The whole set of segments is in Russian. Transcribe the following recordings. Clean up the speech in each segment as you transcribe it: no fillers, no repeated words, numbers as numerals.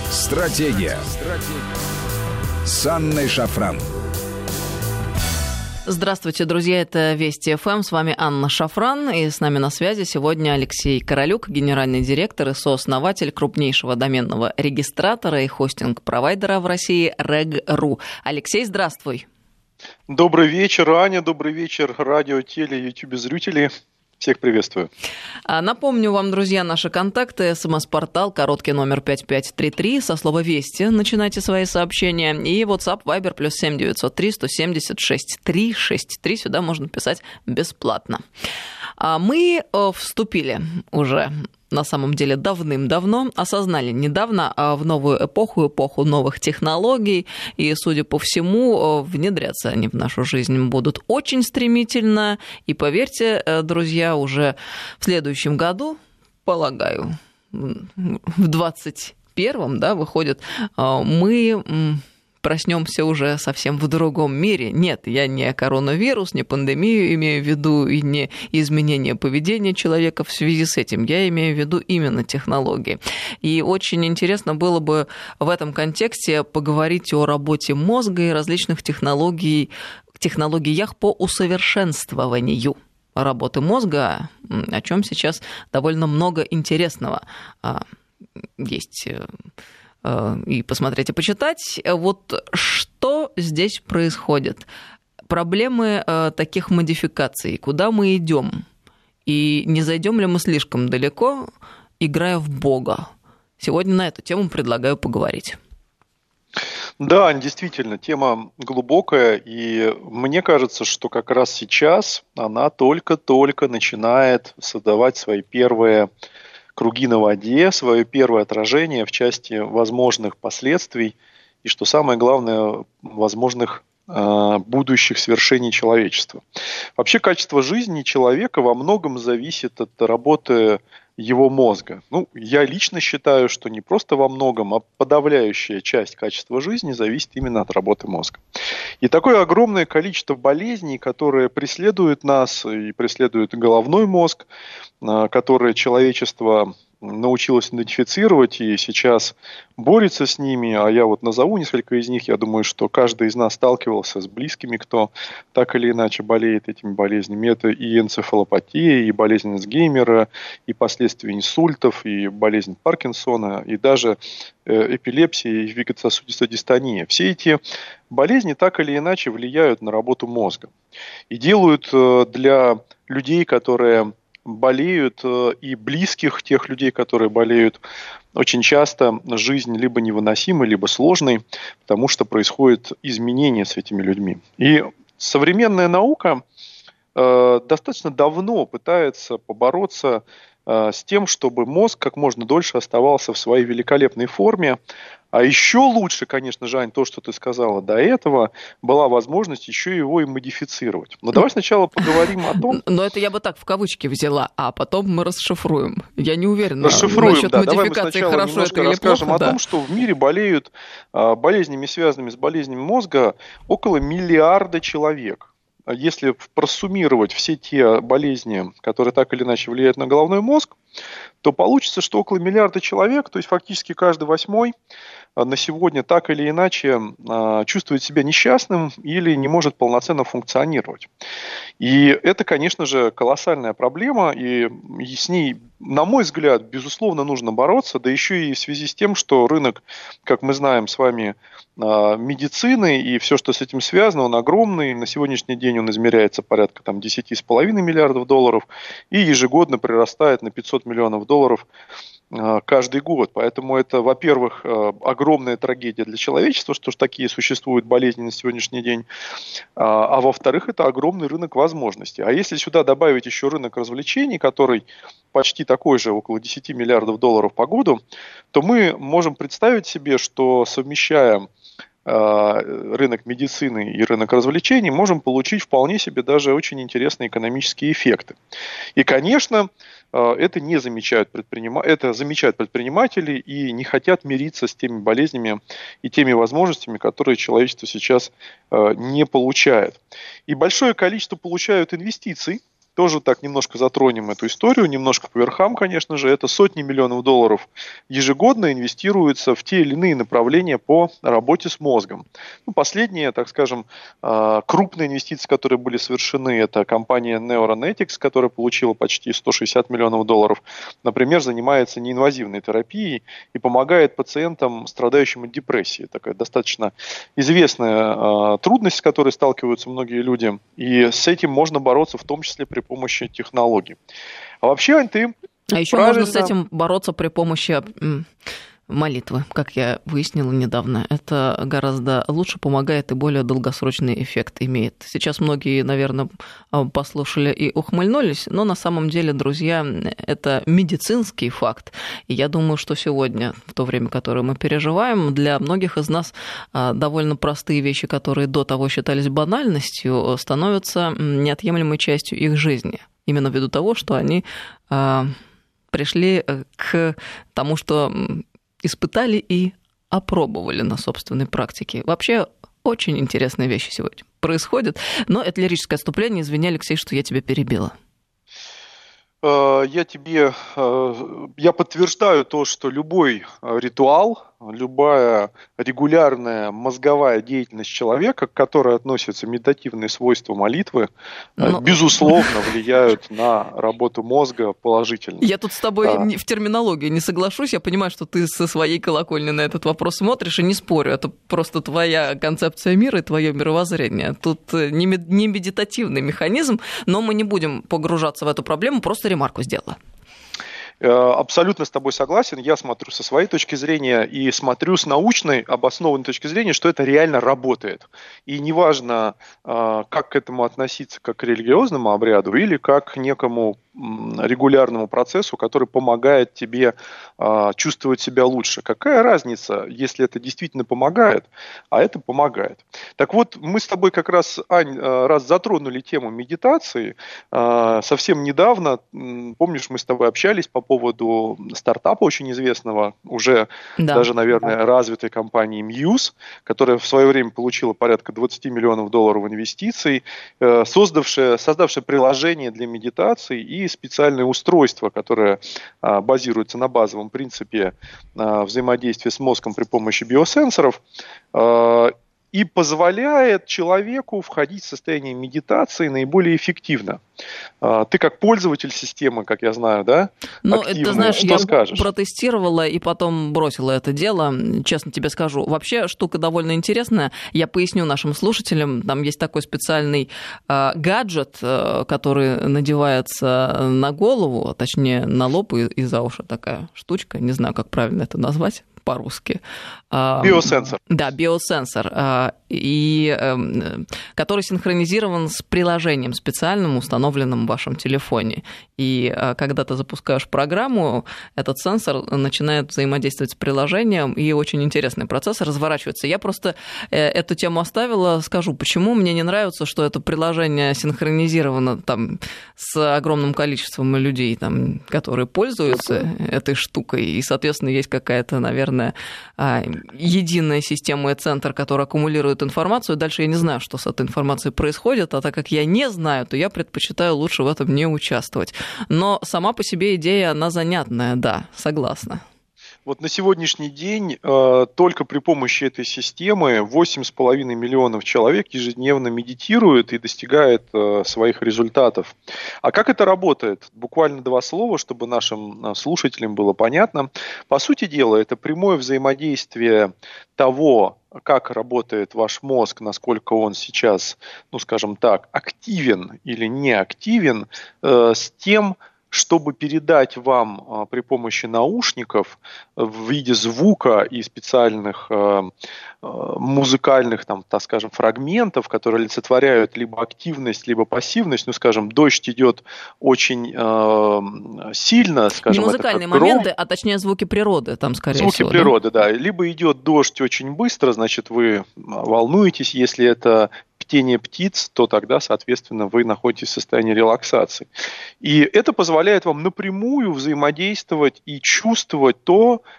Стратегия. С Анной Шафран. Здравствуйте, друзья, это Вести ФМ, с вами Анна Шафран, и с нами на связи сегодня Алексей Королюк, генеральный директор и сооснователь крупнейшего доменного регистратора и хостинг-провайдера в России Reg.ru. Алексей, здравствуй. Добрый вечер, Аня, добрый вечер, радио, теле, ютубе зрители. Всех приветствую. Напомню вам, друзья, наши контакты. СМС-портал, короткий номер 5533, со слова «Вести» начинайте свои сообщения. И WhatsApp, Viber, +7 903 176 363. Сюда можно писать бесплатно. Мы вступили уже, на самом деле, давным-давно, осознали недавно в новую эпоху новых технологий, и, судя по всему, внедряться они в нашу жизнь будут очень стремительно, и, поверьте, друзья, уже в следующем году, полагаю, в 21-м, да, выходит, мы проснемся уже совсем в другом мире. Нет, я не коронавирус, не пандемию имею в виду, и не изменение поведения человека в связи с этим. Я имею в виду именно технологии. И очень интересно было бы в этом контексте поговорить о работе мозга и различных технологиях по усовершенствованию работы мозга, о чем сейчас довольно много интересного есть. И посмотреть, и почитать. Вот что здесь происходит? Проблемы таких модификаций. Куда мы идем? И не зайдем ли мы слишком далеко, играя в Бога? Сегодня на эту тему предлагаю поговорить. Да, действительно, тема глубокая, и мне кажется, что как раз сейчас она только-только начинает создавать свои первые круги на воде, свое первое отражение в части возможных последствий и, что самое главное, возможных будущих свершений человечества. Вообще качество жизни человека во многом зависит от работы его мозга. Я лично считаю, что не просто во многом, а подавляющая часть качества жизни зависит именно от работы мозга. И такое огромное количество болезней, которые преследуют нас и преследуют головной мозг, которые человечество научилось идентифицировать и сейчас борется с ними, а я вот назову несколько из них. Я думаю, что каждый из нас сталкивался с близкими, кто так или иначе болеет этими болезнями. Это и энцефалопатия, и болезнь Альцгеймера, и последствия инсультов, и болезнь Паркинсона, и даже эпилепсия и вегетососудистая дистония. Все эти болезни так или иначе влияют на работу мозга и делают для людей, которые болеют, и близких тех людей, которые болеют, очень часто жизнь либо невыносимой, либо сложной, потому что происходят изменения с этими людьми. И современная наука достаточно давно пытается побороться с тем, чтобы мозг как можно дольше оставался в своей великолепной форме. А еще лучше, конечно, Жань, то, что ты сказала до этого, была возможность еще его и модифицировать. Но давай сначала поговорим о том... Но это я бы так в кавычки взяла, а потом мы расшифруем. Я не уверена насчет да. модификации, давай мы сначала хорошо немножко это или расскажем плохо. о том, что в мире болеют болезнями, связанными с болезнями мозга, около миллиарда человек. Если просуммировать все те болезни, которые так или иначе влияют на головной мозг, то получится, что около миллиарда человек, то есть фактически каждый восьмой, на сегодня так или иначе чувствует себя несчастным или не может полноценно функционировать. И это, конечно же, колоссальная проблема, и с ней, на мой взгляд, безусловно, нужно бороться, да еще и в связи с тем, что рынок, как мы знаем с вами, медицины и все, что с этим связано, он огромный. На сегодняшний день он измеряется порядка $10,5 миллиардов и ежегодно прирастает на $500 миллионов каждый год. Поэтому это, во-первых, огромная трагедия для человечества, что такие существуют болезни на сегодняшний день. А во-вторых, это огромный рынок возможностей. А если сюда добавить еще рынок развлечений, который почти такой же, около $10 миллиардов по году, то мы можем представить себе, что, совмещая рынок медицины и рынок развлечений, можем получить вполне себе даже очень интересные экономические эффекты. И, конечно, это не замечают это замечают предприниматели и не хотят мириться с теми болезнями и теми возможностями, которые человечество сейчас не получает. И большое количество получают инвестиций, тоже так немножко затронем эту историю, немножко по верхам, конечно же. Это сотни миллионов долларов ежегодно инвестируется в те или иные направления по работе с мозгом. Последние, так скажем, крупные инвестиции, которые были совершены, это компания Neuronetics, которая получила почти 160 миллионов долларов. Например, занимается неинвазивной терапией и помогает пациентам, страдающим от депрессии. Такая достаточно известная трудность, с которой сталкиваются многие люди. И с этим можно бороться в том числе при помощи технологий. А вообще, Ань, ты еще правильно... можно с этим бороться при помощи молитвы, как я выяснила недавно. Это гораздо лучше помогает и более долгосрочный эффект имеет. Сейчас многие, наверное, послушали и ухмыльнулись, но на самом деле, друзья, это медицинский факт. И я думаю, что сегодня, в то время, которое мы переживаем, для многих из нас довольно простые вещи, которые до того считались банальностью, становятся неотъемлемой частью их жизни. Именно ввиду того, что они пришли к тому, что испытали и опробовали на собственной практике. Вообще, очень интересные вещи сегодня происходят. Но это лирическое отступление. Извини, Алексей, что я тебя перебила. Я подтверждаю то, что любой ритуал, любая регулярная мозговая деятельность человека, к которой относятся медитативные свойства молитвы, безусловно влияют на работу мозга положительно. Я тут с тобой в терминологию не соглашусь. Я понимаю, что ты со своей колокольни на этот вопрос смотришь, и не спорю. Это просто твоя концепция мира и твое мировоззрение. Тут не медитативный механизм, но мы не будем погружаться в эту проблему, просто ремарку сделала. Абсолютно с тобой согласен. Я смотрю со своей точки зрения и смотрю с научной, обоснованной точки зрения, что это реально работает. И неважно, как к этому относиться, как к религиозному обряду или как к некому регулярному процессу, который помогает тебе чувствовать себя лучше. Какая разница, если это действительно помогает, а это помогает. Так вот, мы с тобой как раз, Ань, раз затронули тему медитации, совсем недавно, помнишь, мы с тобой общались по поводу стартапа очень известного, уже даже, наверное, развитой компании Muse, которая в свое время получила порядка 20 миллионов долларов инвестиций, создавшая приложение для медитации и специальное устройство, которое базируется на базовом принципе взаимодействия с мозгом при помощи биосенсоров, и позволяет человеку входить в состояние медитации наиболее эффективно. Ты как пользователь системы, как я знаю, да? Ну, активный, ты знаешь, что скажешь? Протестировала и потом бросила это дело, честно тебе скажу. Вообще штука довольно интересная. Я поясню нашим слушателям. Там есть такой специальный гаджет, который надевается на голову, точнее на лоб и за уши такая штучка. Не знаю, как правильно это назвать по-русски. Биосенсор. Да, биосенсор, который синхронизирован с приложением специальным, установленным в вашем телефоне. И когда ты запускаешь программу, этот сенсор начинает взаимодействовать с приложением, и очень интересный процесс разворачивается. Я просто эту тему оставила, скажу, почему мне не нравится, что это приложение синхронизировано там, с огромным количеством людей, там, которые пользуются этой штукой, и, соответственно, есть какая-то, наверное, единая система и центр, который аккумулирует информацию. Дальше я не знаю, что с этой информацией происходит, а так как я не знаю, то я предпочитаю лучше в этом не участвовать. Но сама по себе идея, она занятная, да, согласна. Вот на сегодняшний день только при помощи этой системы 8,5 миллионов человек ежедневно медитируют и достигают своих результатов. А как это работает? Буквально 2 слова, чтобы нашим слушателям было понятно. По сути дела, это прямое взаимодействие того, как работает ваш мозг, насколько он сейчас, ну скажем так, активен или не активен, с тем, чтобы передать вам при помощи наушников в виде звука и специальных музыкальных, там, так скажем, фрагментов, которые олицетворяют либо активность, либо пассивность. Ну, скажем, дождь идет очень сильно, скажем, не музыкальные моменты, а точнее звуки природы, там, скорее всего. Звуки природы, да. Либо идет дождь очень быстро, значит, вы волнуетесь, если это птение птиц, то тогда, соответственно, вы находитесь в состоянии релаксации. И это позволяет вам напрямую взаимодействовать и чувствовать то,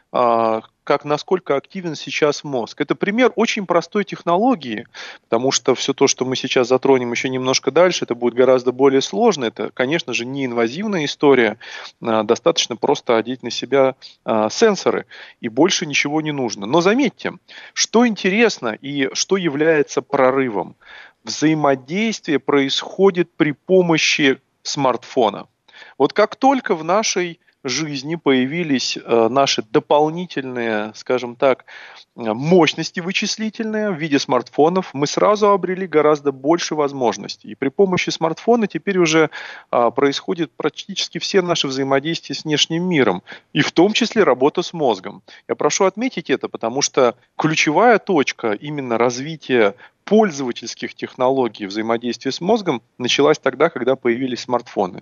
как насколько активен сейчас мозг. Это пример очень простой технологии, потому что все то, что мы сейчас затронем еще немножко дальше, это будет гораздо более сложно. Это, конечно же, не инвазивная история. Достаточно просто одеть на себя сенсоры, и больше ничего не нужно. Но заметьте, что интересно и что является прорывом. Взаимодействие происходит при помощи смартфона. Вот как только в нашей жизни появились наши дополнительные, скажем так, мощности вычислительные в виде смартфонов, мы сразу обрели гораздо больше возможностей. И при помощи смартфона теперь уже происходит практически все наши взаимодействия с внешним миром, и в том числе работа с мозгом. Я прошу отметить это, потому что ключевая точка именно развития пользовательских технологий взаимодействия с мозгом началась тогда, когда появились смартфоны.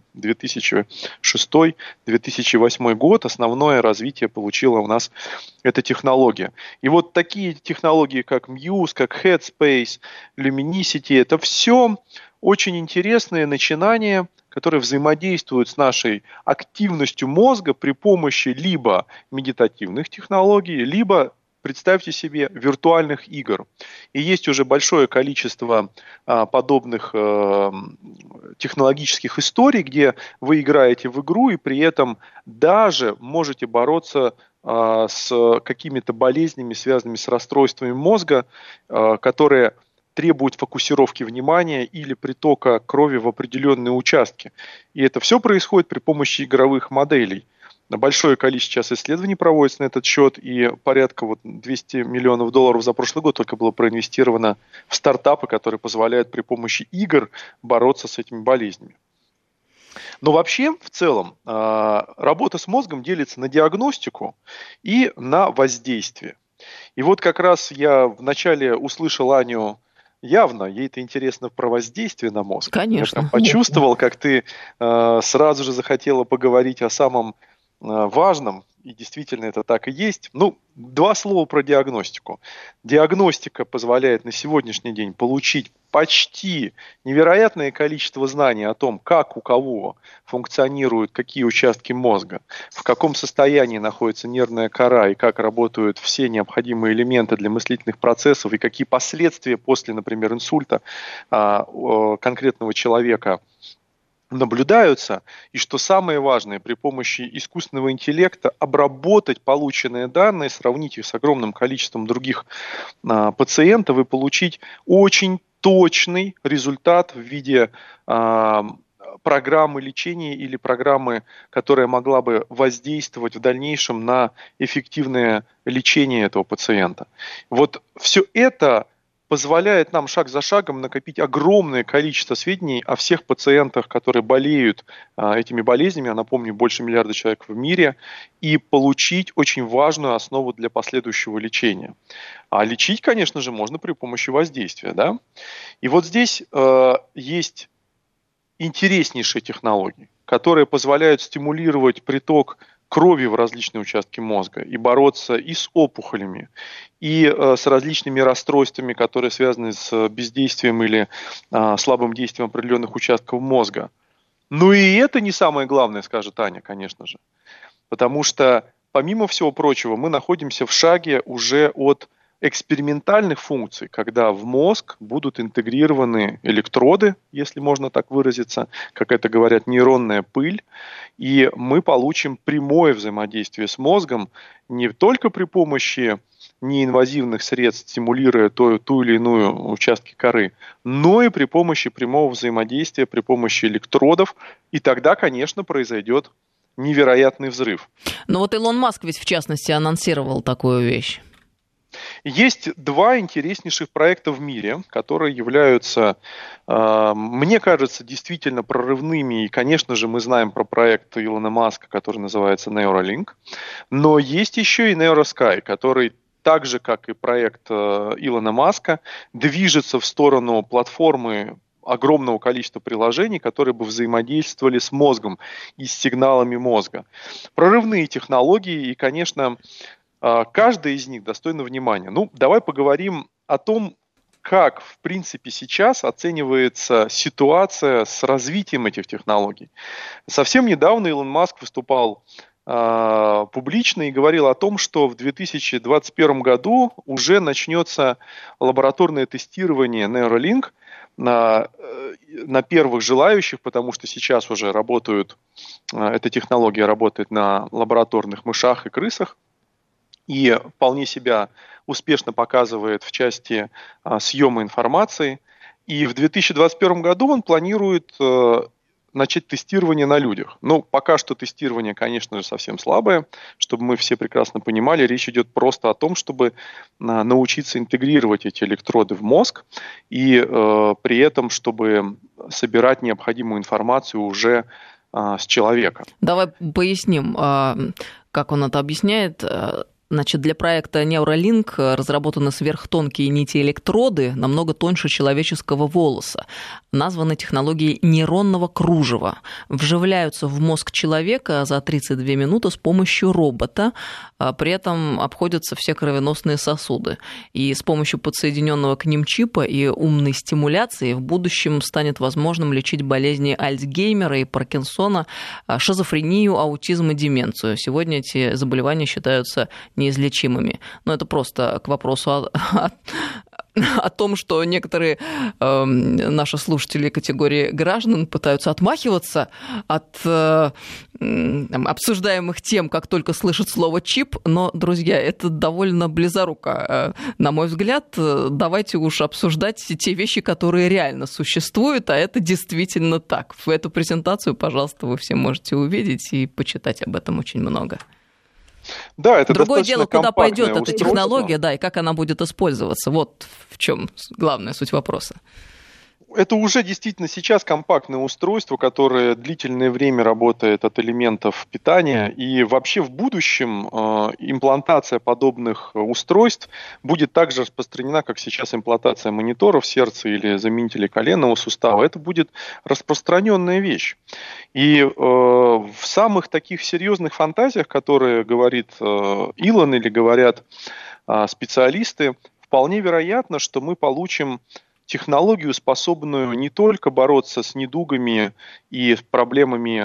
2006-2008 год основное развитие получила у нас эта технология. И вот такие технологии, как Muse, как Headspace, Luminicity, это все очень интересные начинания, которые взаимодействуют с нашей активностью мозга при помощи либо медитативных технологий, либо, представьте себе, виртуальных игр. И есть уже большое количество подобных технологических историй, где вы играете в игру и при этом даже можете бороться с какими-то болезнями, связанными с расстройствами мозга, которые требуют фокусировки внимания или притока крови в определенные участки. И это все происходит при помощи игровых моделей. Большое количество сейчас исследований проводится на этот счет, и порядка $200 миллионов за прошлый год только было проинвестировано в стартапы, которые позволяют при помощи игр бороться с этими болезнями. Но вообще, в целом, работа с мозгом делится на диагностику и на воздействие. И вот как раз я вначале услышал Аню. Явно, ей это интересно про воздействие на мозг. Конечно. Я прям почувствовал, как ты сразу же захотела поговорить о самом важном, и действительно это так и есть. Ну, 2 слова про диагностику. Диагностика позволяет на сегодняшний день получить почти невероятное количество знаний о том, как у кого функционируют какие участки мозга, в каком состоянии находится нервная кора и как работают все необходимые элементы для мыслительных процессов и какие последствия после, например, инсульта конкретного человека наблюдаются, и что самое важное, при помощи искусственного интеллекта обработать полученные данные, сравнить их с огромным количеством других пациентов и получить очень точный результат в виде программы лечения или программы, которая могла бы воздействовать в дальнейшем на эффективное лечение этого пациента. Вот все это позволяет нам шаг за шагом накопить огромное количество сведений о всех пациентах, которые болеют этими болезнями, я напомню, больше миллиарда человек в мире, и получить очень важную основу для последующего лечения. А лечить, конечно же, можно при помощи воздействия. Да? И вот здесь есть интереснейшие технологии, которые позволяют стимулировать приток крови в различные участки мозга и бороться и с опухолями, и с различными расстройствами, которые связаны с бездействием или слабым действием определенных участков мозга. Ну и это не самое главное, скажет Аня, конечно же. Потому что, помимо всего прочего, мы находимся в шаге уже от экспериментальных функций, когда в мозг будут интегрированы электроды, если можно так выразиться, как это говорят, нейронная пыль, и мы получим прямое взаимодействие с мозгом не только при помощи неинвазивных средств, стимулируя ту или иную участки коры, но и при помощи прямого взаимодействия, при помощи электродов, и тогда, конечно, произойдет невероятный взрыв. Но вот Илон Маск ведь в частности анонсировал такую вещь. Есть 2 интереснейших проекта в мире, которые являются, мне кажется, действительно прорывными. И, конечно же, мы знаем про проект Илона Маска, который называется Neuralink. Но есть еще и NeuroSky, который так же, как и проект Илона Маска, движется в сторону платформы огромного количества приложений, которые бы взаимодействовали с мозгом и с сигналами мозга. Прорывные технологии, и, конечно, каждая из них достойна внимания. Ну, давай поговорим о том, как, в принципе, сейчас оценивается ситуация с развитием этих технологий. Совсем недавно Илон Маск выступал публично и говорил о том, что в 2021 году уже начнется лабораторное тестирование Neuralink на первых желающих, потому что сейчас уже эта технология работает на лабораторных мышах и крысах, и вполне себя успешно показывает в части съема информации. И в 2021 году он планирует начать тестирование на людях. Ну, пока что тестирование, конечно же, совсем слабое, чтобы мы все прекрасно понимали. Речь идет просто о том, чтобы научиться интегрировать эти электроды в мозг и при этом, чтобы собирать необходимую информацию уже с человека. Давай поясним, как он это объясняет. Значит, для проекта Neuralink разработаны сверхтонкие нити-электроды, намного тоньше человеческого волоса. Названы технологией нейронного кружева. Вживляются в мозг человека за 32 минуты с помощью робота. При этом обходятся все кровеносные сосуды. И с помощью подсоединенного к ним чипа и умной стимуляции в будущем станет возможным лечить болезни Альцгеймера и Паркинсона, шизофрению, аутизм и деменцию. Сегодня эти заболевания считаются неизлечимыми. Но это просто к вопросу о том, что некоторые наши слушатели категории граждан пытаются отмахиваться от обсуждаемых тем, как только слышат слово «чип». Но, друзья, это довольно близоруко. На мой взгляд, давайте уж обсуждать те вещи, которые реально существуют, а это действительно так. В эту презентацию, пожалуйста, вы все можете увидеть и почитать об этом очень много. Да, это другое дело, куда пойдет эта устройство. технология, да, и как она будет использоваться. Вот в чем главная суть вопроса. Это уже действительно сейчас компактное устройство, которое длительное время работает от элементов питания. И вообще в будущем имплантация подобных устройств будет так же распространена, как сейчас имплантация мониторов сердца или заменителей коленного сустава. Это будет распространенная вещь. И в самых таких серьезных фантазиях, которые говорит Илон или говорят специалисты, вполне вероятно, что мы получим технологию, способную не только бороться с недугами и проблемами,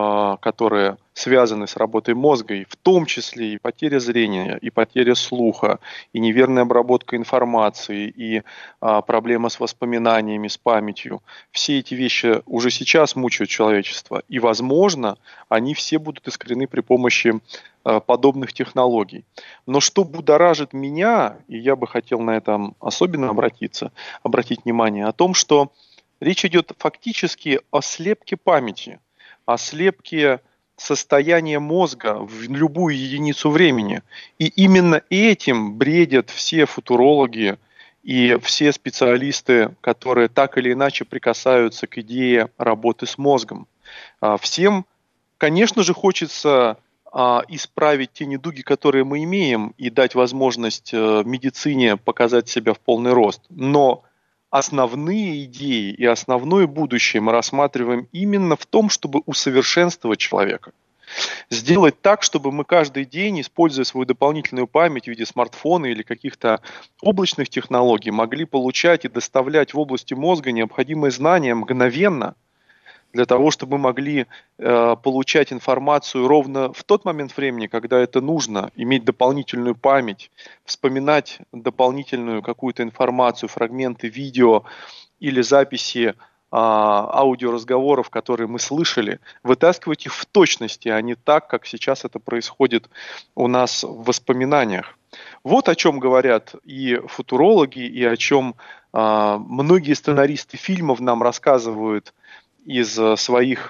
которые связаны с работой мозга, и в том числе и потеря зрения, и потеря слуха, и неверная обработка информации, и проблема с воспоминаниями, с памятью. Все эти вещи уже сейчас мучают человечество, и, возможно, они все будут искорены при помощи подобных технологий. Но что будоражит меня, и я бы хотел на этом особенно обратить внимание, о том, что речь идет фактически о слепке памяти, о слепке состояния мозга в любую единицу времени. И именно этим бредят все футурологи и все специалисты, которые так или иначе прикасаются к идее работы с мозгом. Всем, конечно же, хочется исправить те недуги, которые мы имеем, и дать возможность медицине показать себя в полный рост. Но основные идеи и основное будущее мы рассматриваем именно в том, чтобы усовершенствовать человека. Сделать так, чтобы мы каждый день, используя свою дополнительную память в виде смартфона или каких-то облачных технологий, могли получать и доставлять в области мозга необходимые знания мгновенно, для того, чтобы мы могли получать информацию ровно в тот момент времени, когда это нужно, иметь дополнительную память, вспоминать дополнительную какую-то информацию, фрагменты видео или записи аудиоразговоров, которые мы слышали, вытаскивать их в точности, а не так, как сейчас это происходит у нас в воспоминаниях. Вот о чем говорят и футурологи, и о чем многие сценаристы фильмов нам рассказывают из своих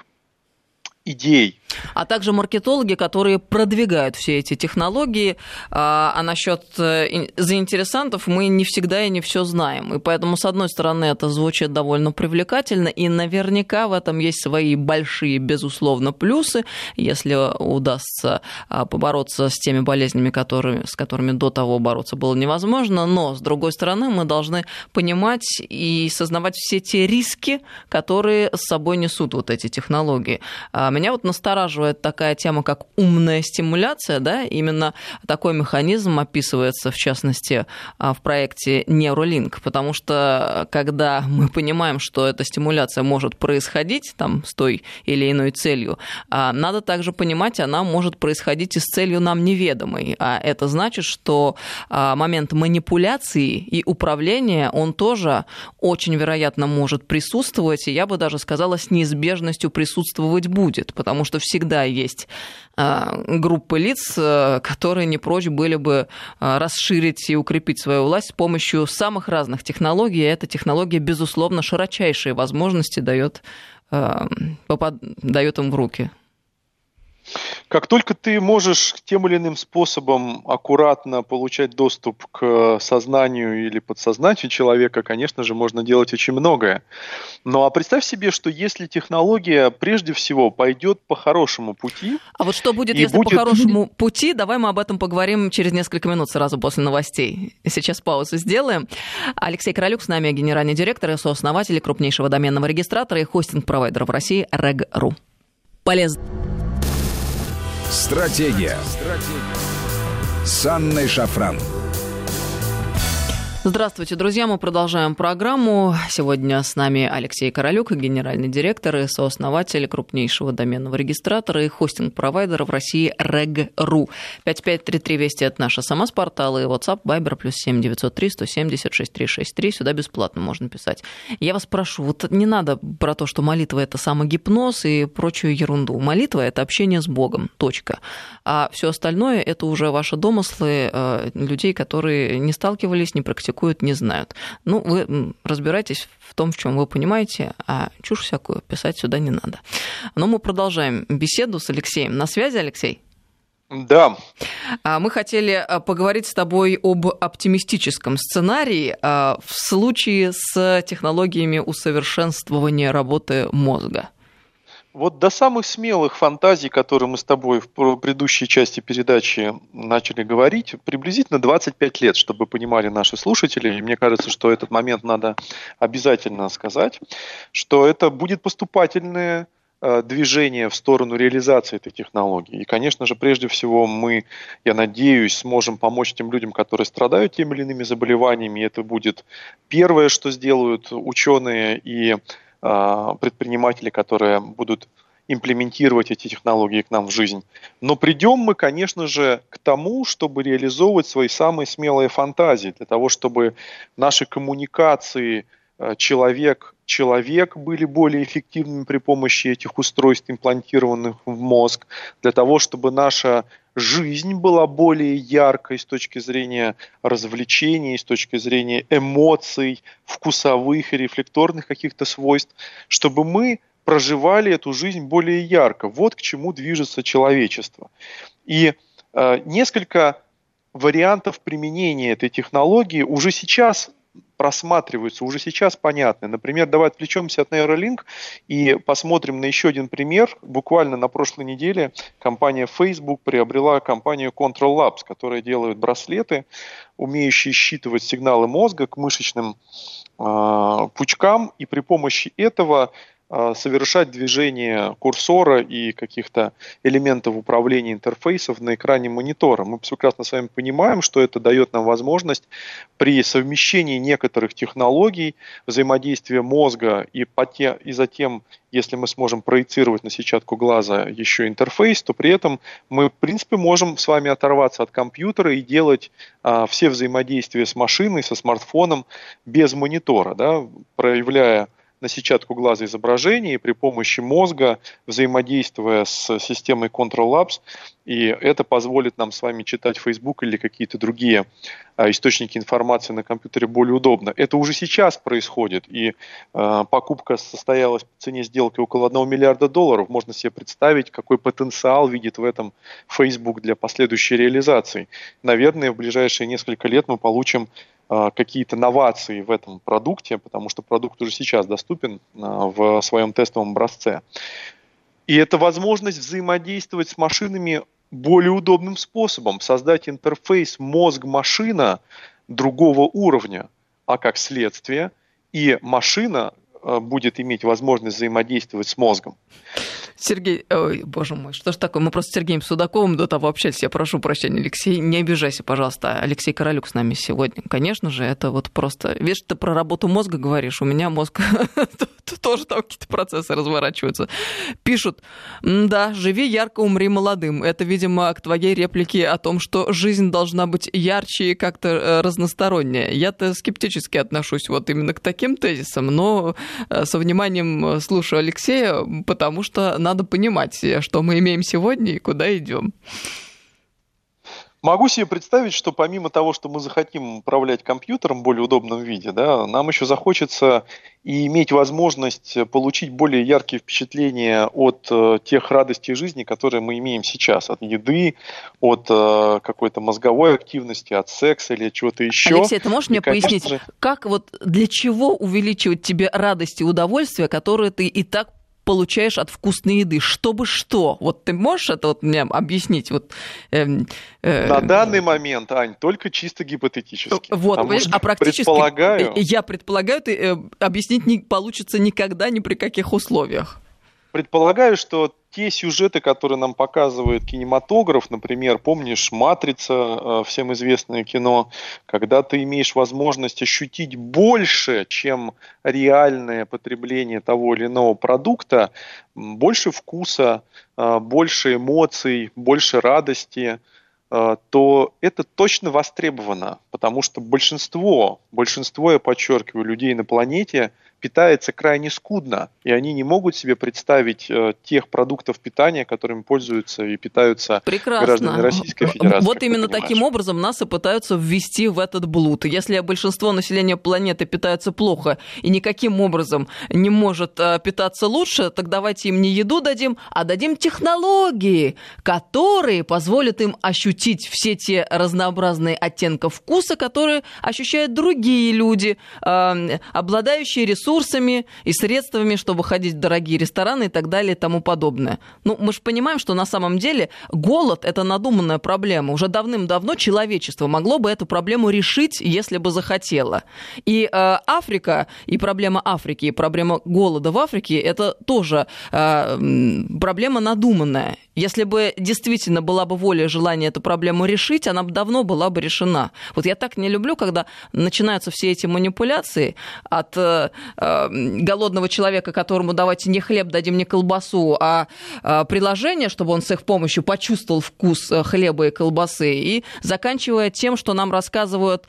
идей. А также маркетологи, которые продвигают все эти технологии. А насчет заинтересантов мы не всегда и не все знаем. И поэтому, с одной стороны, это звучит довольно привлекательно, и наверняка в этом есть свои большие, безусловно, плюсы, если удастся побороться с теми болезнями, с которыми до того бороться было невозможно. Но, с другой стороны, мы должны понимать и сознавать все те риски, которые с собой несут вот эти технологии. Меня вот настораживает такая тема, как умная стимуляция, да, именно такой механизм описывается, в частности, в проекте Neuralink, потому что когда мы понимаем, что эта стимуляция может происходить там с той или иной целью, надо также понимать, она может происходить и с целью нам неведомой, а это значит, что момент манипуляции и управления, он тоже очень вероятно может присутствовать, и я бы даже сказала, с неизбежностью присутствовать будет, потому что всегда есть группы лиц, которые не прочь были бы расширить и укрепить свою власть с помощью самых разных технологий. И эта технология, безусловно, широчайшие возможности дает им в руки. Как только ты можешь тем или иным способом аккуратно получать доступ к сознанию или подсознанию человека, конечно же, можно делать очень многое. Ну а представь себе, что если технология прежде всего пойдет по хорошему пути... А вот что будет, если по хорошему пути? Давай мы об этом поговорим через несколько минут, сразу после новостей. Сейчас паузу сделаем. Алексей Королюк с нами, генеральный директор и сооснователь крупнейшего доменного регистратора и хостинг-провайдера в России Reg.ru. Полезно. Стратегия. С Анной Шафран. Здравствуйте, друзья. Мы продолжаем программу. Сегодня с нами Алексей Королюк, генеральный директор и сооснователь крупнейшего доменного регистратора и хостинг-провайдера в России Reg.ru. 5533 Вести — это наш СМС-портал, и WhatsApp, Viber, +7 903 170 6363. Сюда бесплатно можно писать. Я вас прошу, вот не надо про то, что молитва — это самогипноз и прочую ерунду. Молитва — это общение с Богом. Точка. А все остальное — это уже ваши домыслы людей, которые не сталкивались, не практикуют, не знают. Ну, вы разбирайтесь в том, в чем вы понимаете, а чушь всякую писать сюда не надо. Но мы продолжаем беседу с Алексеем. На связи, Алексей? Да. Мы хотели поговорить с тобой об оптимистическом сценарии в случае с технологиями усовершенствования работы мозга. Вот до самых смелых фантазий, которые мы с тобой в предыдущей части передачи начали говорить, приблизительно 25 лет, чтобы понимали наши слушатели. И мне кажется, что этот момент надо обязательно сказать, что это будет поступательное движение в сторону реализации этой технологии. И, конечно же, прежде всего мы, я надеюсь, сможем помочь тем людям, которые страдают теми или иными заболеваниями. И это будет первое, что сделают ученые и предприниматели, которые будут имплементировать эти технологии к нам в жизнь. Но придем мы, конечно же, к тому, чтобы реализовывать свои самые смелые фантазии, для того, чтобы наши коммуникации человек были более эффективными при помощи этих устройств, имплантированных в мозг, для того, чтобы наша жизнь была более яркой с точки зрения развлечений, с точки зрения эмоций, вкусовых и рефлекторных каких-то свойств, чтобы мы проживали эту жизнь более ярко. Вот к чему движется человечество. И несколько вариантов применения этой технологии уже сейчас просматриваются, уже сейчас понятны. Например, давай отвлечемся от Neuralink и посмотрим на еще один пример. Буквально на прошлой неделе компания Facebook приобрела компанию Control Labs, которая делает браслеты, умеющие считывать сигналы мозга к мышечным пучкам, и при помощи этого совершать движение курсора и каких-то элементов управления интерфейсов на экране монитора. Мы прекрасно с вами понимаем, что это дает нам возможность при совмещении некоторых технологий взаимодействия мозга и затем, если мы сможем проецировать на сетчатку глаза еще интерфейс, то при этом мы, в принципе, можем с вами оторваться от компьютера и делать все взаимодействия с машиной, со смартфоном без монитора, да, проявляя на сетчатку глаза изображение и при помощи мозга, взаимодействуя с системой Control Labs, и это позволит нам с вами читать Facebook или какие-то другие источники информации на компьютере более удобно. Это уже сейчас происходит, и покупка состоялась по цене сделки около $1 миллиарда. Можно себе представить, какой потенциал видит в этом Facebook для последующей реализации. Наверное, в ближайшие несколько лет мы получим какие-то новации в этом продукте, потому что продукт уже сейчас доступен в своем тестовом образце. И это возможность взаимодействовать с машинами более удобным способом, создать интерфейс мозг-машина другого уровня, а как следствие и машина будет иметь возможность взаимодействовать с мозгом. Сергей, ой, боже мой, что ж такое? Мы просто с Сергеем Судаковым до того общались. Я прошу прощения, Алексей, не обижайся, пожалуйста. Алексей Королюк с нами сегодня. Конечно же, это вот просто... Видишь, ты про работу мозга говоришь, у меня мозг тоже там какие-то процессы разворачиваются. Пишут, да, живи ярко, умри молодым. Это, видимо, к твоей реплике о том, что жизнь должна быть ярче и как-то разносторонняя. Я-то скептически отношусь вот именно к таким тезисам, но со вниманием слушаю Алексея, потому что надо понимать, что мы имеем сегодня и куда идем. Могу себе представить, что помимо того, что мы захотим управлять компьютером в более удобном виде, да, нам еще захочется и иметь возможность получить более яркие впечатления от тех радостей жизни, которые мы имеем сейчас. От еды, от какой-то мозговой активности, от секса или чего-то еще. Алексей, ты можешь мне пояснить, как вот для чего увеличивать тебе радость и удовольствие, которые ты и так получаешь от вкусной еды, чтобы что? Вот ты можешь это вот мне объяснить? Вот, на данный момент, Ань, только чисто гипотетически. Вот, а практически я предполагаю, ты объяснить не получится никогда, ни при каких условиях. Предполагаю, что те сюжеты, которые нам показывает кинематограф, например, помнишь «Матрица», всем известное кино, когда ты имеешь возможность ощутить больше, чем реальное потребление того или иного продукта, больше вкуса, больше эмоций, больше радости, то это точно востребовано, потому что большинство, я подчеркиваю, людей на планете питается крайне скудно, и они не могут себе представить тех продуктов питания, которыми пользуются и питаются граждане Российской Федерации. Вот именно таким образом нас и пытаются ввести в этот блуд. Если большинство населения планеты питается плохо и никаким образом не может питаться лучше, так давайте им не еду дадим, а дадим технологии, которые позволят им ощутить все те разнообразные оттенки вкуса, которые ощущают другие люди, обладающие ресурсами и средствами, чтобы ходить в дорогие рестораны и так далее и тому подобное. Ну, мы же понимаем, что на самом деле голод – это надуманная проблема. Уже давным-давно человечество могло бы эту проблему решить, если бы захотело. И Африка, и проблема Африки, и проблема голода в Африке – это тоже проблема надуманная. Если бы действительно была бы воля и желание эту проблему решить, она бы давно была бы решена. Вот я так не люблю, когда начинаются все эти манипуляции от голодного человека, которому давайте не хлеб дадим, не колбасу, а приложение, чтобы он с их помощью почувствовал вкус хлеба и колбасы, и заканчивая тем, что нам рассказывают,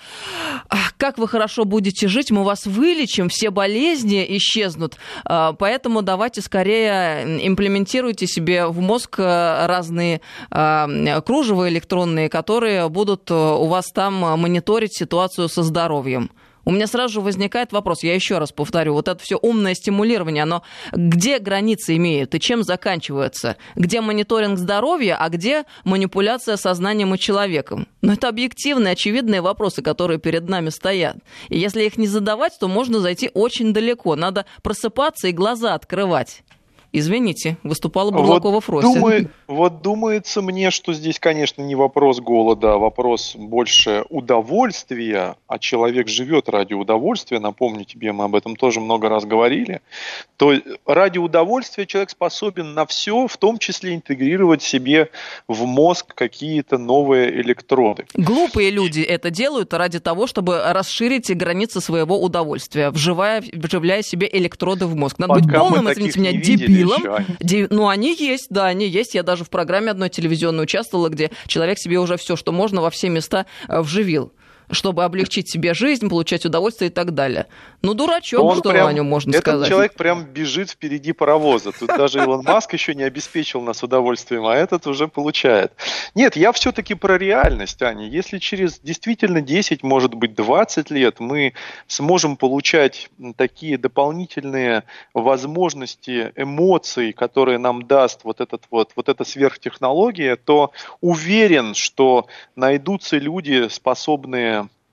как вы хорошо будете жить, мы вас вылечим, все болезни исчезнут, поэтому давайте скорее имплементируйте себе в мозг разные кружева электронные, которые будут у вас там мониторить ситуацию со здоровьем. У меня сразу же возникает вопрос, я еще раз повторю, вот это все умное стимулирование, оно где границы имеют и чем заканчивается? Где мониторинг здоровья, а где манипуляция сознанием и человеком? Но это объективные, очевидные вопросы, которые перед нами стоят. И если их не задавать, то можно зайти очень далеко. Надо просыпаться и глаза открывать. Извините, выступала Бурлакова Фрости. Вот думается мне, что здесь, конечно, не вопрос голода, а вопрос больше удовольствия, а человек живет ради удовольствия, напомню тебе, мы об этом тоже много раз говорили, то ради удовольствия человек способен на все, в том числе интегрировать себе в мозг какие-то новые электроды. Глупые люди это делают ради того, чтобы расширить границы своего удовольствия, вживляя себе электроды в мозг. Надо быть полным, извините меня, дебилом. Ну, они есть, да, они есть. Я даже в программе одной телевизионной участвовала, где человек себе уже все, что можно, во все места вживил, чтобы облегчить себе жизнь, получать удовольствие и так далее. Ну, дурачок, что прям, о нем можно сказать. Этот человек прям бежит впереди паровоза. Тут даже Илон Маск еще не обеспечил нас удовольствием, а этот уже получает. Нет, я все-таки про реальность, Аня. Если через действительно 10, может быть, 20 лет мы сможем получать такие дополнительные возможности эмоций, которые нам даст вот эта сверхтехнология, то уверен, что найдутся люди, способные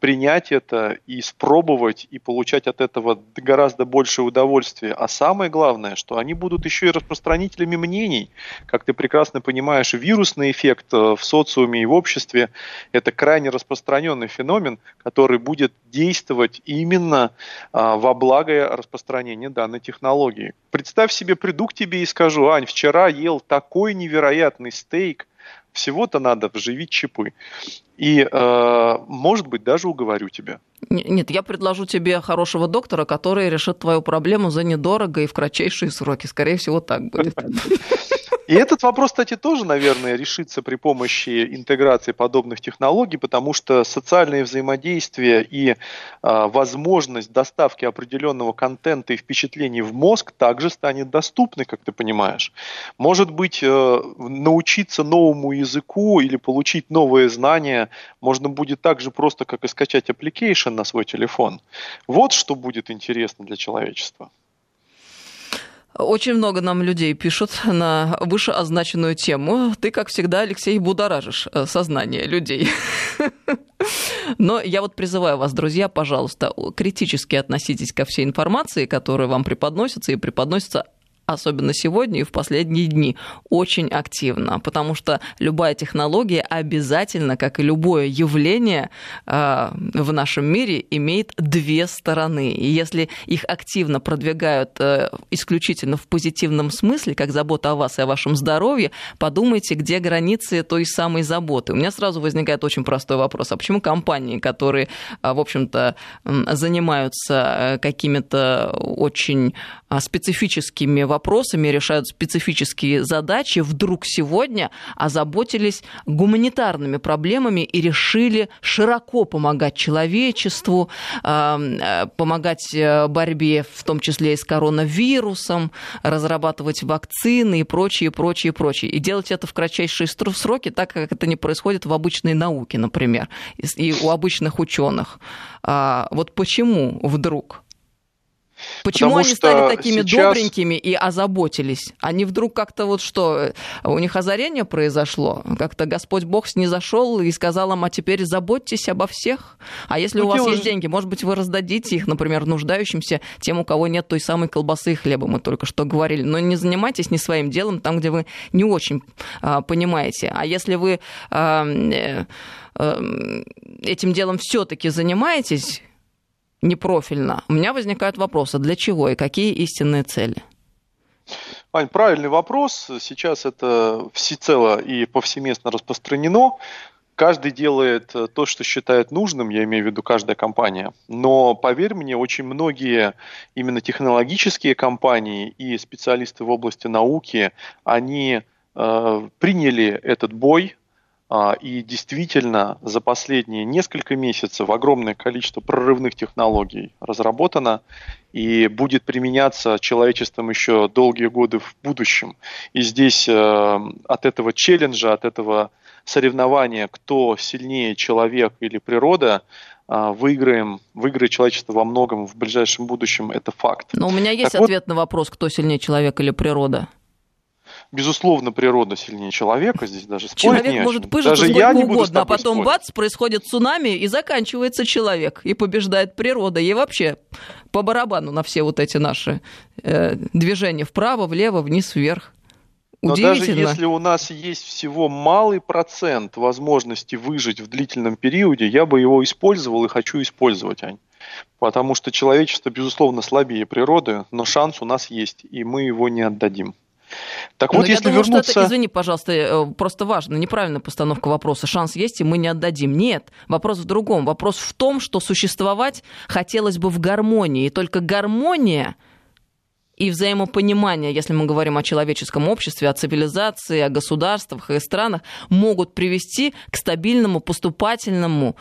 принять это и спробовать, и получать от этого гораздо больше удовольствия. А самое главное, что они будут еще и распространителями мнений. Как ты прекрасно понимаешь, вирусный эффект в социуме и в обществе – это крайне распространенный феномен, который будет действовать именно во благо распространения данной технологии. Представь себе, приду к тебе и скажу: Ань, вчера ел такой невероятный стейк, всего-то надо вживить чипы. И, может быть, даже уговорю тебя. Нет, я предложу тебе хорошего доктора, который решит твою проблему за недорого и в кратчайшие сроки. Скорее всего, так будет. И этот вопрос, кстати, тоже, наверное, решится при помощи интеграции подобных технологий, потому что социальное взаимодействие и возможность доставки определенного контента и впечатлений в мозг также станет доступной, как ты понимаешь. Может быть, научиться новому языку или получить новые знания можно будет так же просто, как и скачать application на свой телефон. Вот что будет интересно для человечества. Очень много нам людей пишут на вышеозначенную тему. Ты, как всегда, Алексей, будоражишь сознание людей. Но я вот призываю вас, друзья, пожалуйста, критически относитесь ко всей информации, которая вам преподносится и преподносится особенно сегодня и в последние дни, очень активно, потому что любая технология обязательно, как и любое явление в нашем мире, имеет две стороны. И если их активно продвигают исключительно в позитивном смысле, как забота о вас и о вашем здоровье, подумайте, где границы той самой заботы. У меня сразу возникает очень простой вопрос. А почему компании, которые, в общем-то, занимаются какими-то очень специфическими вопросами, решают специфические задачи, вдруг сегодня озаботились гуманитарными проблемами и решили широко помогать человечеству, помогать борьбе, в том числе и с коронавирусом, разрабатывать вакцины и прочее, прочее, прочее. И делать это в кратчайшие сроки, так как это не происходит в обычной науке, например, и у обычных ученых. Вот почему вдруг? Почему они стали такими добренькими и озаботились? Они вдруг как-то вот что, у них озарение произошло? Как-то Господь Бог снизошел и сказал им: а теперь заботьтесь обо всех. А если у вас есть деньги, может быть, вы раздадите их, например, нуждающимся, тем, у кого нет той самой колбасы и хлеба, мы только что говорили. Но не занимайтесь не своим делом там, где вы не очень понимаете. А если вы этим делом все-таки занимаетесь непрофильно, у меня возникают вопросы: для чего и какие истинные цели? Ань, правильный вопрос. Сейчас это всецело и повсеместно распространено. Каждый делает то, что считает нужным, я имею в виду каждая компания. Но, поверь мне, очень многие именно технологические компании и специалисты в области науки, они приняли этот бой. И действительно, за последние несколько месяцев огромное количество прорывных технологий разработано и будет применяться человечеством еще долгие годы в будущем. И здесь от этого челленджа, от этого соревнования, кто сильнее, человек или природа, выиграет человечество во многом в ближайшем будущем, это факт. Но у меня есть ответ на вопрос, кто сильнее, человек или природа. Безусловно, природа сильнее человека, здесь даже спорить не о чем. Человек может пыжиться сколько угодно, а потом бац, происходит цунами и заканчивается человек, и побеждает природа. Ей вообще по барабану на все вот эти наши движения вправо, влево, вниз, вверх. Но даже если у нас есть всего малый процент возможности выжить в длительном периоде, я бы его использовал и хочу использовать, Ань. Потому что человечество, безусловно, слабее природы, но шанс у нас есть, и мы его не отдадим. Так вот, если вернуться... что это, извини, пожалуйста, просто важно, неправильная постановка вопроса. Шанс есть, и мы не отдадим. Нет, вопрос в другом. Вопрос в том, что существовать хотелось бы в гармонии. И только гармония и взаимопонимание, если мы говорим о человеческом обществе, о цивилизации, о государствах и странах, могут привести к стабильному, поступательному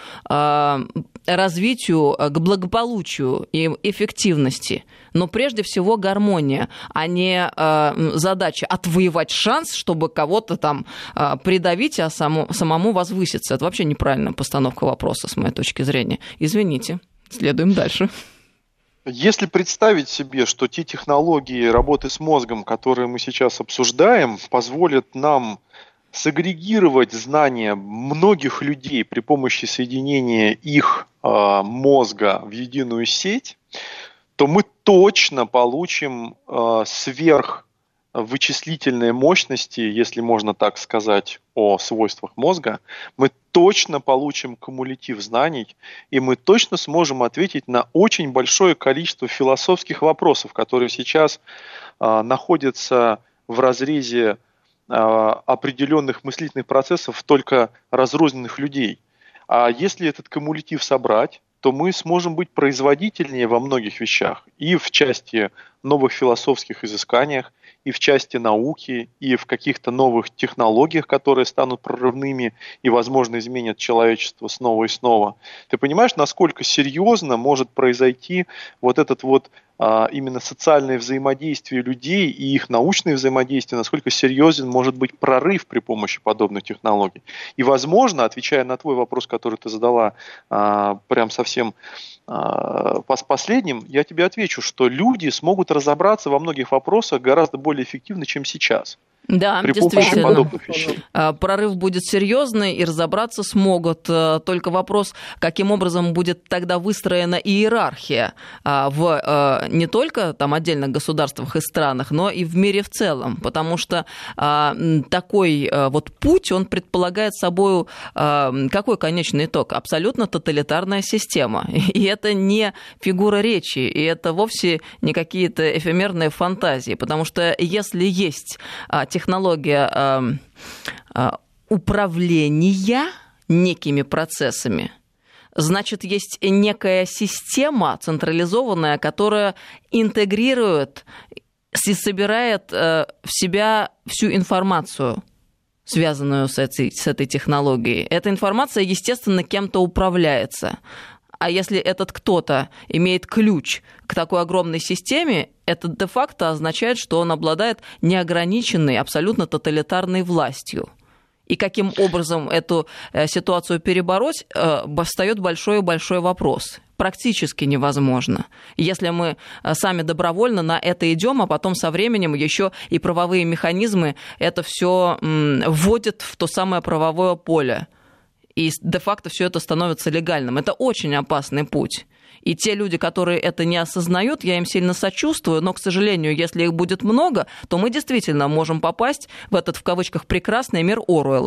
развитию, к благополучию и эффективности. Но прежде всего гармония, а не задача отвоевать шанс, чтобы кого-то там придавить, а самому возвыситься. Это вообще неправильная постановка вопроса, с моей точки зрения. Извините, следуем дальше. Если представить себе, что те технологии работы с мозгом, которые мы сейчас обсуждаем, позволят нам сагрегировать знания многих людей при помощи соединения их мозга в единую сеть, то мы точно получим сверхвычислительные мощности, если можно так сказать о свойствах мозга, мы точно получим кумулятив знаний, и мы точно сможем ответить на очень большое количество философских вопросов, которые сейчас находятся в разрезе определенных мыслительных процессов только разрозненных людей. А если этот кумулятив собрать, то мы сможем быть производительнее во многих вещах. И в части новых философских изысканиях, и в части науки, и в каких-то новых технологиях, которые станут прорывными и, возможно, изменят человечество снова и снова. Ты понимаешь, насколько серьезно может произойти вот этот вот именно социальное взаимодействие людей и их научное взаимодействие, насколько серьезен может быть прорыв при помощи подобных технологий. И, возможно, отвечая на твой вопрос, который ты задала прям совсем последним, я тебе отвечу, что люди смогут разобраться во многих вопросах гораздо более эффективно, чем сейчас. Да, при помощи подобных вещей. Прорыв будет серьезный, и разобраться смогут. Только вопрос, каким образом будет тогда выстроена иерархия не только там отдельных государствах и странах, но и в мире в целом. Потому что такой вот путь, он предполагает собой какой конечный итог? Абсолютно тоталитарная система. И это не фигура речи, и это вовсе не какие-то эфемерные фантазии. Потому что если есть технология управления некими процессами, значит, есть некая система централизованная, которая интегрирует и собирает в себя всю информацию, связанную с этой технологией. Эта информация, естественно, кем-то управляется. А если этот кто-то имеет ключ к такой огромной системе, это де-факто означает, что он обладает неограниченной, абсолютно тоталитарной властью. И каким образом эту ситуацию перебороть, встает большой-большой вопрос. Практически невозможно. Если мы сами добровольно на это идем, а потом со временем еще и правовые механизмы это все вводят в то самое правовое поле. И де-факто все это становится легальным. Это очень опасный путь. И те люди, которые это не осознают, я им сильно сочувствую, но, к сожалению, если их будет много, то мы действительно можем попасть в этот, в кавычках, прекрасный мир Оруэлла,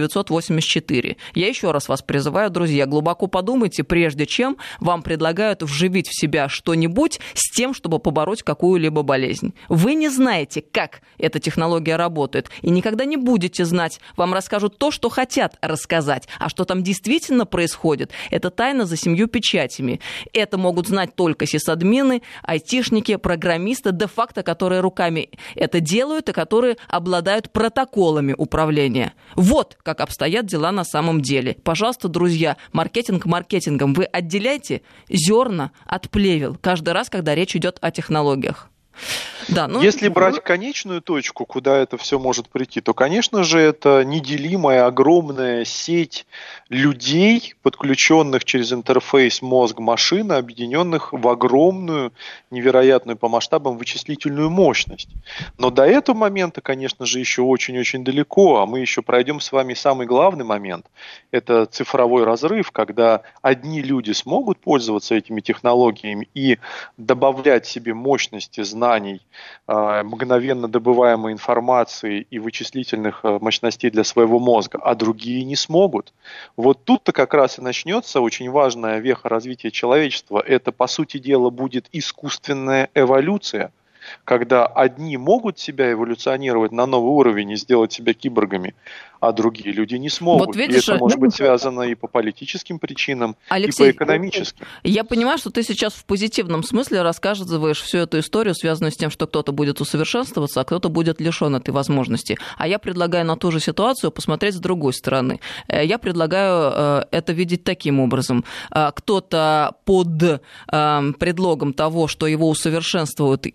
1984. Я еще раз вас призываю, друзья, глубоко подумайте, прежде чем вам предлагают вживить в себя что-нибудь с тем, чтобы побороть какую-либо болезнь. Вы не знаете, как эта технология работает, и никогда не будете знать. Вам расскажут то, что хотят рассказать, а что там действительно происходит, это тайна за 7 печатями. Это могут знать только сисадмины, айтишники, программисты, де-факто, которые руками это делают и которые обладают протоколами управления. Вот как обстоят дела на самом деле. Пожалуйста, друзья, маркетинг маркетингом. Вы отделяйте зерна от плевел каждый раз, когда речь идет о технологиях. Да, если брать конечную точку, куда это все может прийти, то, конечно же, это неделимая огромная сеть людей, подключенных через интерфейс мозг-машина, объединенных в огромную, невероятную по масштабам вычислительную мощность. Но до этого момента, конечно же, еще очень-очень далеко, а мы еще пройдем с вами самый главный момент. Это цифровой разрыв, когда одни люди смогут пользоваться этими технологиями и добавлять себе мощности, знаний, мгновенно добываемой информации и вычислительных мощностей для своего мозга, а другие не смогут. Вот тут-то как раз и начнется очень важная веха развития человечества. Это, по сути дела, будет искусственная эволюция, когда одни могут себя эволюционировать на новый уровень и сделать себя киборгами, а другие люди не смогут. Вот видишь, и это может быть связано и по политическим причинам, Алексей, и по экономическим. Я понимаю, что ты сейчас в позитивном смысле рассказываешь всю эту историю, связанную с тем, что кто-то будет усовершенствоваться, а кто-то будет лишен этой возможности. А я предлагаю на ту же ситуацию посмотреть с другой стороны. Я предлагаю это видеть таким образом. Кто-то под предлогом того, что его усовершенствуют и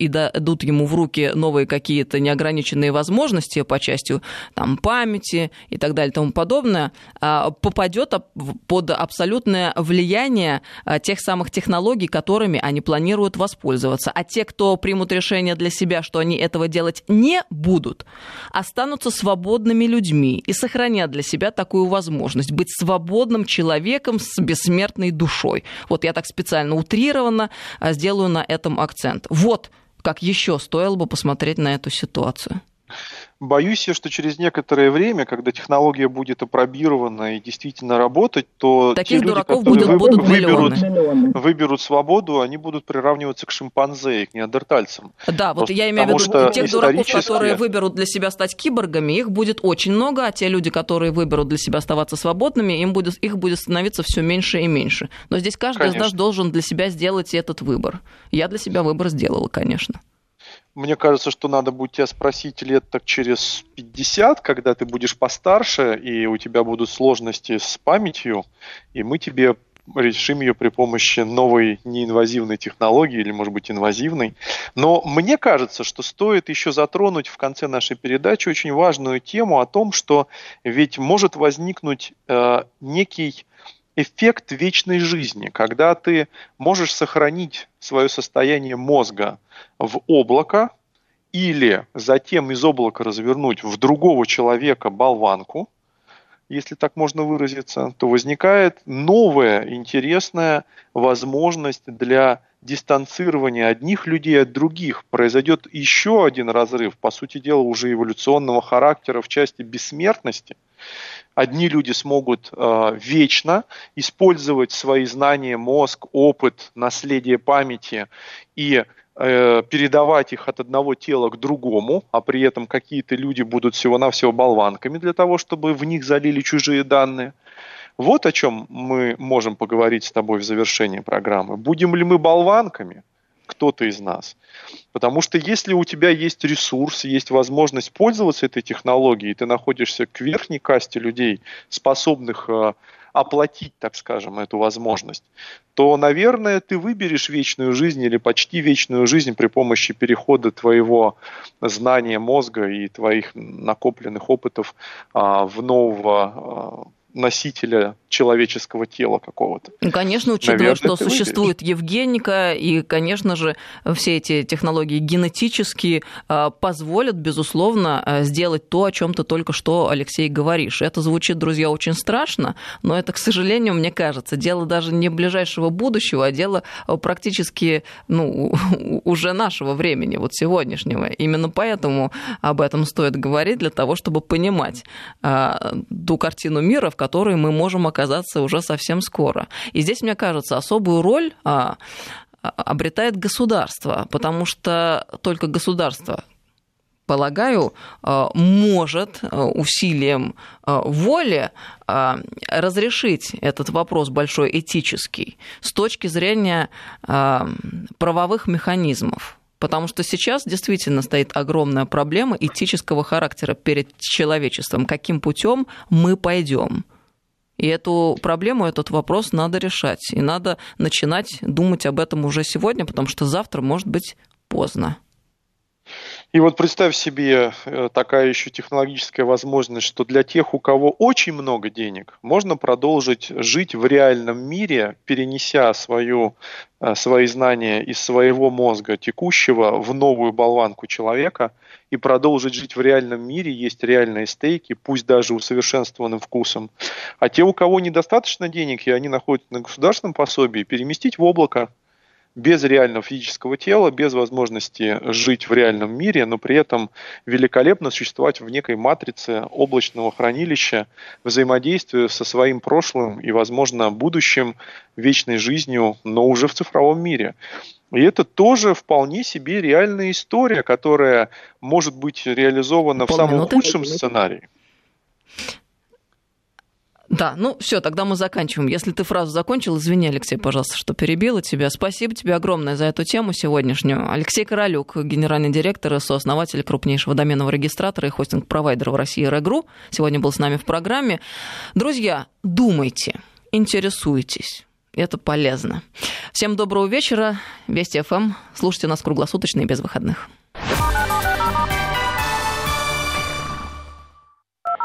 дадут ему в руки новые какие-то неограниченные возможности по части там, памяти и так далее и тому подобное, попадет под абсолютное влияние тех самых технологий, которыми они планируют воспользоваться. А те, кто примут решение для себя, что они этого делать не будут, останутся свободными людьми и сохранят для себя такую возможность быть свободным человеком с бессмертной душой. Вот я так специально утрированно сделаю на этом акцент. Вот как еще стоило бы посмотреть на эту ситуацию. Боюсь я, что через некоторое время, когда технология будет апробирована и действительно работать, то таких те люди, дураков которые выберут свободу, они будут приравниваться к шимпанзе и к неандертальцам. Да, вот я имею в виду тех дураков, которые выберут для себя стать киборгами, их будет очень много, а те люди, которые выберут для себя оставаться свободными, их будет становиться все меньше и меньше. Но здесь каждый из нас должен для себя сделать этот выбор. Я для себя выбор сделала, конечно. Мне кажется, что надо будет тебя спросить лет так через 50, когда ты будешь постарше, и у тебя будут сложности с памятью, и мы тебе решим ее при помощи новой неинвазивной технологии, или, может быть, инвазивной. Но мне кажется, что стоит еще затронуть в конце нашей передачи очень важную тему о том, что ведь может возникнуть некий эффект вечной жизни, когда ты можешь сохранить свое состояние мозга в облако или затем из облака развернуть в другого человека болванку, если так можно выразиться, то возникает новая интересная возможность для дистанцирования одних людей от других. Произойдет еще один разрыв, по сути дела, уже эволюционного характера в части бессмертности. Одни люди смогут вечно использовать свои знания, мозг, опыт, наследие памяти и передавать их от одного тела к другому, а при этом какие-то люди будут всего-навсего болванками для того, чтобы в них залили чужие данные. Вот о чем мы можем поговорить с тобой в завершении программы. Будем ли мы болванками? Кто-то из нас. Потому что если у тебя есть ресурс, есть возможность пользоваться этой технологией, и ты находишься к верхней касте людей, способных оплатить, так скажем, эту возможность, то, наверное, ты выберешь вечную жизнь или почти вечную жизнь при помощи перехода твоего знания мозга и твоих накопленных опытов в нового носителя человеческого тела какого-то. Конечно, учитывая, что существует евгеника, и, конечно же, все эти технологии генетические позволят, безусловно, сделать то, о чем ты только что, Алексей, говоришь. Это звучит, друзья, очень страшно, но это, к сожалению, мне кажется, дело даже не ближайшего будущего, а дело практически уже нашего времени, вот сегодняшнего. Именно поэтому об этом стоит говорить, для того, чтобы понимать ту картину мира, в которой мы можем оказаться уже совсем скоро. И здесь, мне кажется, особую роль обретает государство, потому что только государство, полагаю, может усилием воли разрешить этот вопрос большой этический с точки зрения правовых механизмов. Потому что сейчас действительно стоит огромная проблема этического характера перед человечеством. Каким путем мы пойдем? И эту проблему, этот вопрос надо решать. И надо начинать думать об этом уже сегодня, потому что завтра может быть поздно. И вот представь себе такая еще технологическая возможность, что для тех, у кого очень много денег, можно продолжить жить в реальном мире, перенеся свои знания из своего мозга текущего в новую болванку человека и продолжить жить в реальном мире, есть реальные стейки, пусть даже усовершенствованным вкусом. А те, у кого недостаточно денег, и они находятся на государственном пособии, переместить в облако, без реального физического тела, без возможности жить в реальном мире, но при этом великолепно существовать в некой матрице облачного хранилища, взаимодействуя со своим прошлым и, возможно, будущим, вечной жизнью, но уже в цифровом мире. И это тоже вполне себе реальная история, которая может быть реализована в самом худшем сценарии. Да, все, тогда мы заканчиваем. Если ты фразу закончил, извини, Алексей, пожалуйста, что перебила тебя. Спасибо тебе огромное за эту тему сегодняшнюю. Алексей Королюк, генеральный директор и сооснователь крупнейшего доменного регистратора и хостинг-провайдера в России Регру, сегодня был с нами в программе. Друзья, думайте, интересуйтесь. Это полезно. Всем доброго вечера. Вести ФМ. Слушайте нас круглосуточно и без выходных.